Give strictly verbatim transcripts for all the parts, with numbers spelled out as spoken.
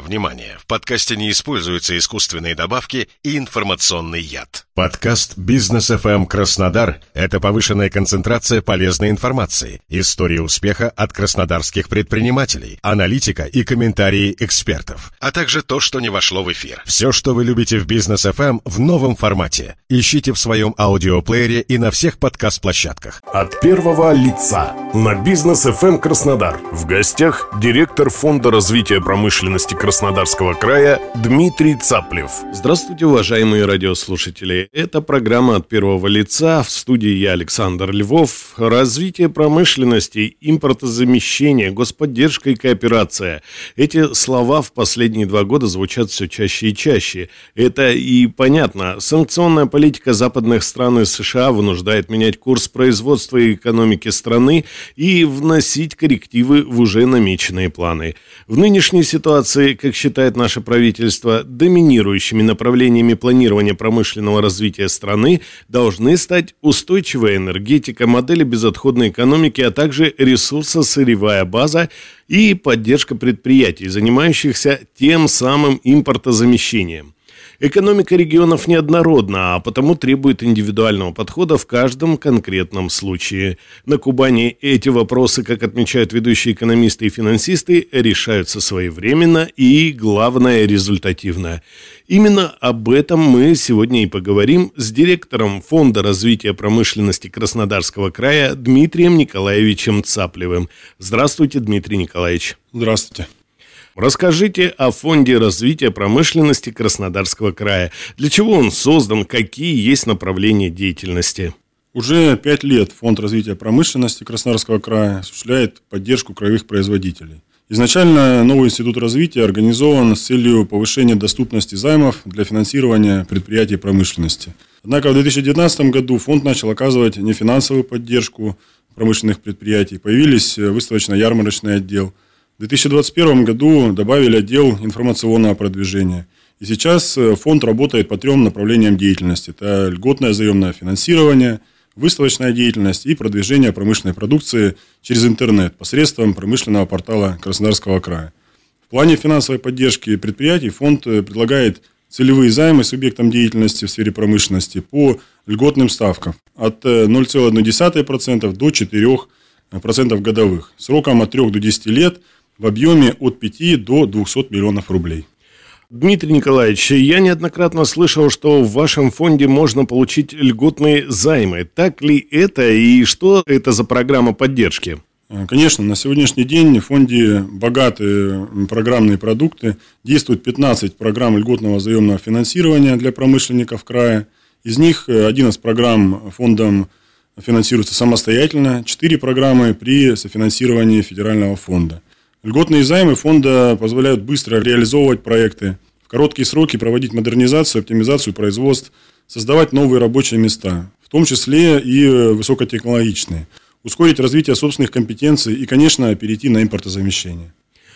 Внимание! В подкасте не используются искусственные добавки и информационный яд. Подкаст «Бизнес эф эм Краснодар» — это повышенная концентрация полезной информации, истории успеха от краснодарских предпринимателей, аналитика и комментарии экспертов, А также то, что не вошло в эфир. все, что вы любите в «Бизнес эф эм» в новом формате. Ищите в своем аудиоплеере и на всех подкаст-площадках. От первого лица на «Бизнес эф эм Краснодар». В гостях директор Фонда развития промышленности Краснодарского края Дмитрий Цаплев. Здравствуйте, уважаемые радиослушатели. Это программа «От первого лица». В студии я, Александр Львов. Развитие промышленности, импортозамещение, господдержка и кооперация. Эти слова в последние два года звучат все чаще и чаще. Это и понятно. Санкционная политика западных стран и США вынуждает менять курс производства и экономики страны и вносить коррективы в уже намеченные планы. В нынешней ситуации, как считает наше правительство, доминирующими направлениями планирования промышленного развития страны должны стать устойчивая энергетика, модели безотходной экономики, а также ресурсо-сырьевая база и поддержка предприятий, занимающихся тем самым импортозамещением. Экономика регионов неоднородна, а потому требует индивидуального подхода в каждом конкретном случае. На Кубани эти вопросы, как отмечают ведущие экономисты и финансисты, решаются своевременно и, главное, результативно. Именно об этом мы сегодня и поговорим с директором Фонда развития промышленности Краснодарского края Дмитрием Николаевичем Цаплевым. Здравствуйте, Дмитрий Николаевич. Здравствуйте. Расскажите о Фонде развития промышленности Краснодарского края. Для чего он создан, какие есть направления деятельности? Уже пять лет Фонд развития промышленности Краснодарского края осуществляет поддержку краевых производителей. Изначально новый институт развития организован с целью повышения доступности займов для финансирования предприятий промышленности. Однако в две тысячи девятнадцатом году фонд начал оказывать нефинансовую поддержку промышленных предприятий. Появились выставочно-ярмарочный отдел. В две тысячи двадцать первом году добавили отдел информационного продвижения. И сейчас фонд работает по трем направлениям деятельности. Это льготное заемное финансирование, выставочная деятельность и продвижение промышленной продукции через интернет посредством промышленного портала Краснодарского края. В плане финансовой поддержки предприятий фонд предлагает целевые займы субъектам деятельности в сфере промышленности по льготным ставкам от ноль целых одна десятая процента до четырех процентов годовых, сроком от трёх до десяти лет, в объеме от пяти до двухсот миллионов рублей. Дмитрий Николаевич, я неоднократно слышал, что в вашем фонде можно получить льготные займы. Так ли это и что это за программа поддержки? Конечно, на сегодняшний день в фонде богатые программные продукты. Действует пятнадцать программ льготного заемного финансирования для промышленников края. Из них одиннадцать программ фондом финансируются самостоятельно, четыре программы при софинансировании федерального фонда. Льготные займы фонда позволяют быстро реализовывать проекты, в короткие сроки проводить модернизацию, оптимизацию производств, создавать новые рабочие места, в том числе и высокотехнологичные, ускорить развитие собственных компетенций и, конечно, перейти на импортозамещение.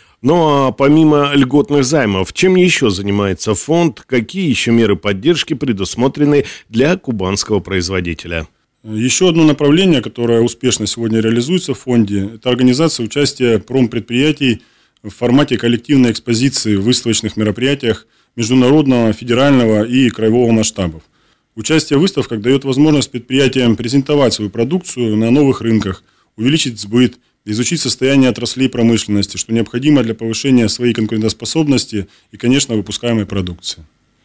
Ну а помимо льготных займов, чем еще занимается фонд? Какие еще меры поддержки предусмотрены для кубанского производителя? Еще одно направление, которое успешно сегодня реализуется в фонде, это организация участия промпредприятий в формате коллективной экспозиции в выставочных мероприятиях международного, федерального и краевого масштабов. Участие в выставках дает возможность предприятиям презентовать свою продукцию на новых рынках, увеличить сбыт, изучить состояние отраслей промышленности, что необходимо для повышения своей конкурентоспособности и, конечно, выпускаемой продукции.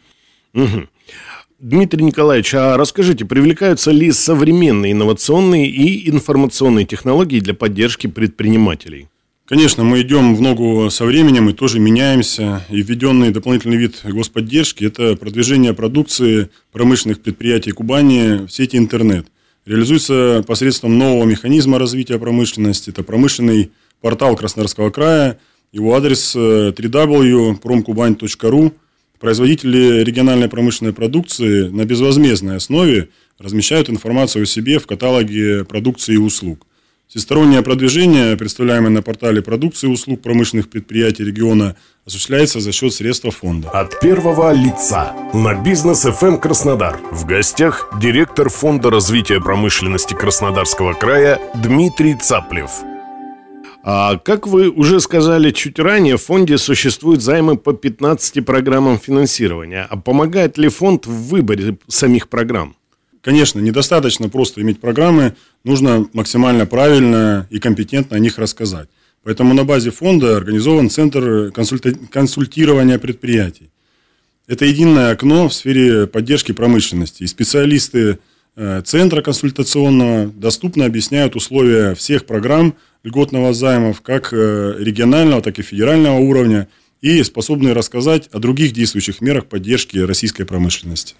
Угу. Дмитрий Николаевич, а расскажите, привлекаются ли современные инновационные и информационные технологии для поддержки предпринимателей? Конечно, мы идем в ногу со временем и тоже меняемся. И введенный дополнительный вид господдержки – это продвижение продукции промышленных предприятий Кубани в сети интернет. Реализуется посредством нового механизма развития промышленности. Это промышленный портал Краснодарского края, его адрес дабл ю дабл ю дабл ю точка промкубань точка ру. Производители региональной промышленной продукции на безвозмездной основе размещают информацию о себе в каталоге продукции и услуг. Всестороннее продвижение, представляемое на портале продукции и услуг промышленных предприятий региона, осуществляется за счет средств фонда. От первого лица на «Бизнес эф эм Краснодар». В гостях директор Фонда развития промышленности Краснодарского края Дмитрий Цаплев. А как вы уже сказали чуть ранее, в фонде существуют займы по пятнадцати программам финансирования. А помогает ли фонд в выборе самих программ? Конечно, недостаточно просто иметь программы, нужно максимально правильно и компетентно о них рассказать. Поэтому на базе фонда организован Центр консульта... консультирования предприятий. Это единое окно в сфере поддержки промышленности. И специалисты Центра консультационного доступно объясняют условия всех программ льготного займов, как регионального, так и федерального уровня, и способны рассказать о других действующих мерах поддержки российской промышленности.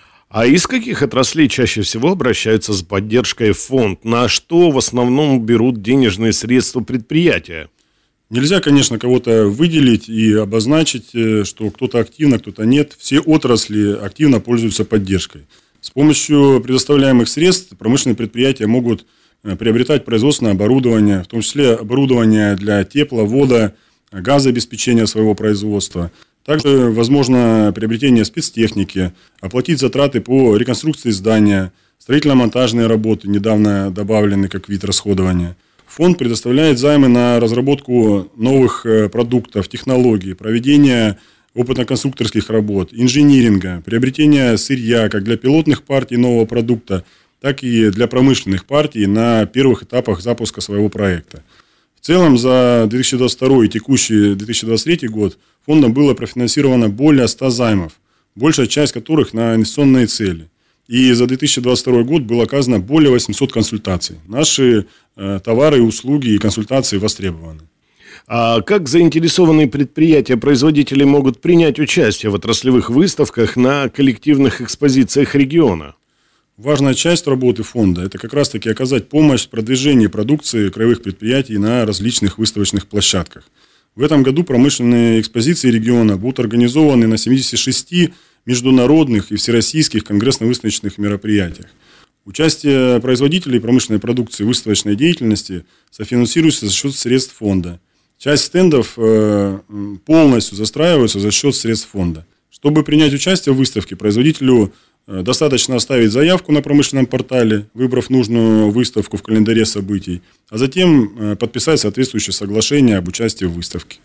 А из каких отраслей чаще всего обращаются с поддержкой в фонд? На что в основном берут денежные средства предприятия? Нельзя, конечно, кого-то выделить и обозначить, что кто-то активно, кто-то нет. Все отрасли активно пользуются поддержкой. С помощью предоставляемых средств промышленные предприятия могут приобретать производственное оборудование, в том числе оборудование для тепла, вода, газообеспечения своего производства. Также возможно приобретение спецтехники, оплатить затраты по реконструкции здания, строительно-монтажные работы, недавно добавлены как вид расходования. Фонд предоставляет займы на разработку новых продуктов, технологий, проведение опытно-конструкторских работ, инжиниринга, приобретение сырья как для пилотных партий нового продукта, так и для промышленных партий на первых этапах запуска своего проекта. В целом за две тысячи двадцать второй и текущий две тысячи двадцать третий год фондом было профинансировано более ста займов, большая часть которых на инвестиционные цели. И за две тысячи двадцать второй год было оказано более восьмисот консультаций. Наши э, товары, услуги и консультации востребованы. А как заинтересованные предприятия-производители могут принять участие в отраслевых выставках на коллективных экспозициях региона? Важная часть работы фонда – это как раз-таки оказать помощь в продвижении продукции краевых предприятий на различных выставочных площадках. В этом году промышленные экспозиции региона будут организованы на семидесяти шести международных и всероссийских конгрессно-выставочных мероприятиях. Участие производителей промышленной продукции в выставочной деятельности софинансируется за счет средств фонда. Часть стендов полностью застраиваются за счет средств фонда. Чтобы принять участие в выставке, производителю достаточно оставить заявку на промышленном портале, выбрав нужную выставку в календаре событий, а затем подписать соответствующее соглашение об участии в выставке.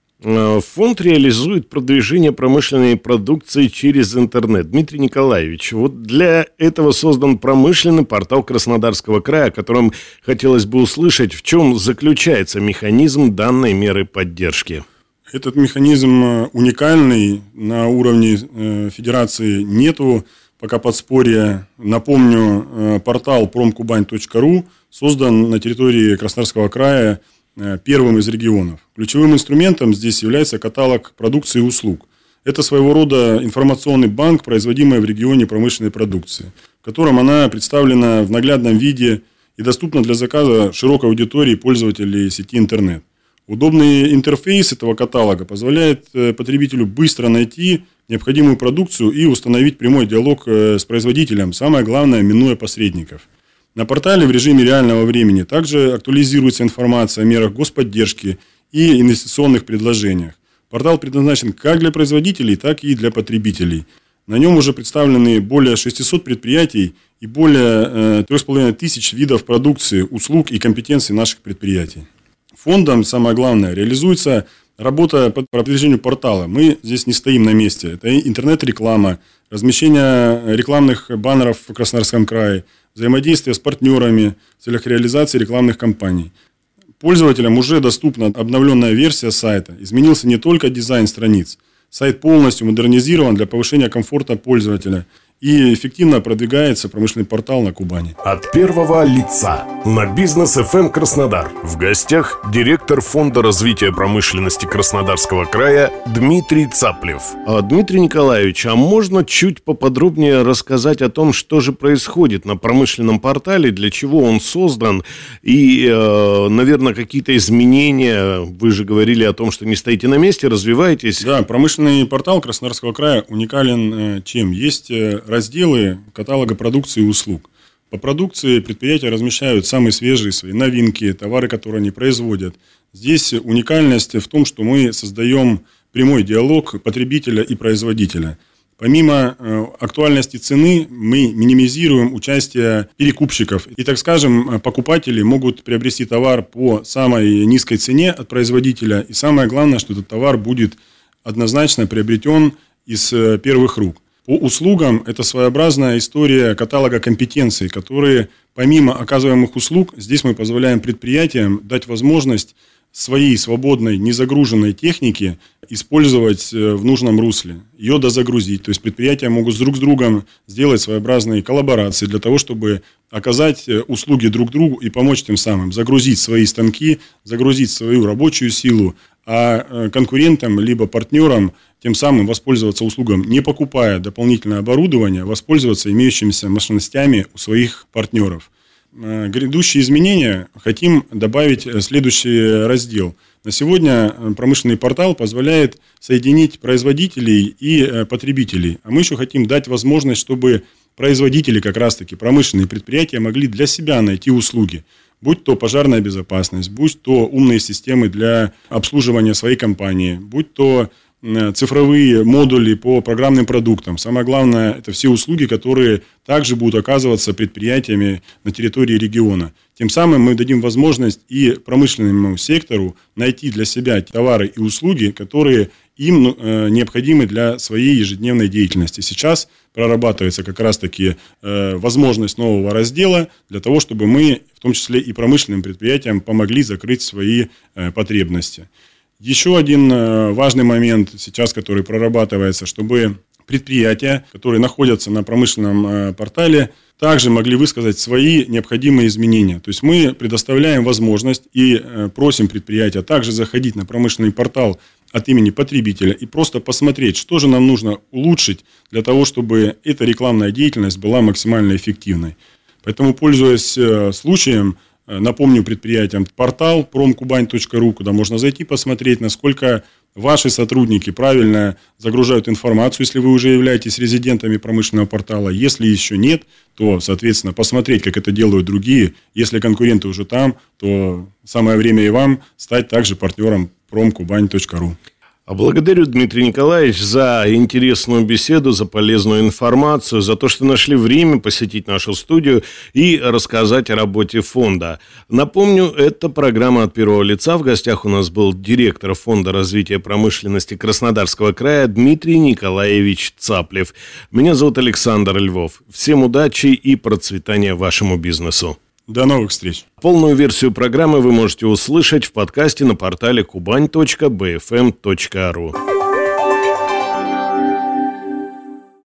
Фонд реализует продвижение промышленной продукции через интернет. Дмитрий Николаевич, вот для этого создан промышленный портал Краснодарского края, о котором хотелось бы услышать, в чем заключается механизм данной меры поддержки. Этот механизм уникальный, на уровне федерации нету пока подспорья. Напомню, портал промкубань точка ру создан на территории Краснодарского края первым из регионов. Ключевым инструментом здесь является каталог продукции и услуг. Это своего рода информационный банк, производимой в регионе промышленной продукции, в котором она представлена в наглядном виде и доступна для заказа широкой аудитории пользователей сети интернет. Удобный интерфейс этого каталога позволяет потребителю быстро найти необходимую продукцию и установить прямой диалог с производителем, самое главное, минуя посредников. На портале в режиме реального времени также актуализируется информация о мерах господдержки и инвестиционных предложениях. Портал предназначен как для производителей, так и для потребителей. На нем уже представлены более шестисот предприятий и более трёх с половиной тысяч видов продукции, услуг и компетенций наших предприятий. Фондом, самое главное, реализуется работа по продвижению портала. Мы здесь не стоим на месте. Это интернет-реклама, размещение рекламных баннеров в Краснодарском крае, взаимодействие с партнерами в целях реализации рекламных кампаний. Пользователям уже доступна обновленная версия сайта. Изменился не только дизайн страниц. Сайт полностью модернизирован для повышения комфорта пользователя. И эффективно продвигается промышленный портал на Кубани. От первого лица на Бизнес эф эм Краснодар. В гостях директор Фонда развития промышленности Краснодарского края Дмитрий Цаплев. А, Дмитрий Николаевич, а можно чуть поподробнее рассказать о том, что же происходит на промышленном портале, для чего он создан и, э, наверное, какие-то изменения? Вы же говорили о том, что не стоите на месте, развиваетесь. Да, промышленный портал Краснодарского края уникален чем? Есть разделы каталога продукции и услуг. По продукции предприятия размещают самые свежие свои новинки, товары, которые они производят. Здесь уникальность в том, что мы создаем прямой диалог потребителя и производителя. Помимо э, актуальности цены, мы минимизируем участие перекупщиков. И, так скажем, покупатели могут приобрести товар по самой низкой цене от производителя. И самое главное, что этот товар будет однозначно приобретен из э, первых рук. По услугам это своеобразная история каталога компетенций, которые помимо оказываемых услуг, здесь мы позволяем предприятиям дать возможность своей свободной, незагруженной техники использовать в нужном русле, ее дозагрузить. То есть предприятия могут друг с другом сделать своеобразные коллаборации для того, чтобы оказать услуги друг другу и помочь тем самым загрузить свои станки, загрузить свою рабочую силу, а конкурентам либо партнерам тем самым воспользоваться услугам, не покупая дополнительное оборудование, воспользоваться имеющимися мощностями у своих партнеров. Грядущие изменения хотим добавить следующий раздел. На сегодня промышленный портал позволяет соединить производителей и потребителей. А мы еще хотим дать возможность, чтобы производители, как раз-таки промышленные предприятия, могли для себя найти услуги. Будь то пожарная безопасность, будь то умные системы для обслуживания своей компании, будь то цифровые модули по программным продуктам. Самое главное, это все услуги, которые также будут оказываться предприятиями на территории региона. Тем самым мы дадим возможность и промышленному сектору найти для себя товары и услуги, которые им необходимы для своей ежедневной деятельности. Сейчас прорабатывается как раз-таки возможность нового раздела для того, чтобы мы, в том числе и промышленным предприятиям, помогли закрыть свои потребности. Еще один важный момент сейчас, который прорабатывается, чтобы предприятия, которые находятся на промышленном портале, также могли высказать свои необходимые изменения. То есть мы предоставляем возможность и просим предприятия также заходить на промышленный портал от имени потребителя и просто посмотреть, что же нам нужно улучшить для того, чтобы эта рекламная деятельность была максимально эффективной. Поэтому, пользуясь случаем, напомню предприятиям портал промкубань точка ру, куда можно зайти посмотреть, насколько ваши сотрудники правильно загружают информацию, если вы уже являетесь резидентами промышленного портала. Если еще нет, то, соответственно, посмотреть, как это делают другие. Если конкуренты уже там, то самое время и вам стать также партнером промкубань точка ру. Благодарю, Дмитрий Николаевич, за интересную беседу, за полезную информацию, за то, что нашли время посетить нашу студию и рассказать о работе фонда. Напомню, это программа «От первого лица». В гостях у нас был директор Фонда развития промышленности Краснодарского края Дмитрий Николаевич Цаплев. Меня зовут Александр Львов. Всем удачи и процветания вашему бизнесу. До новых встреч. Полную версию программы вы можете услышать в подкасте на портале кубань точка бэ эф эм точка ру.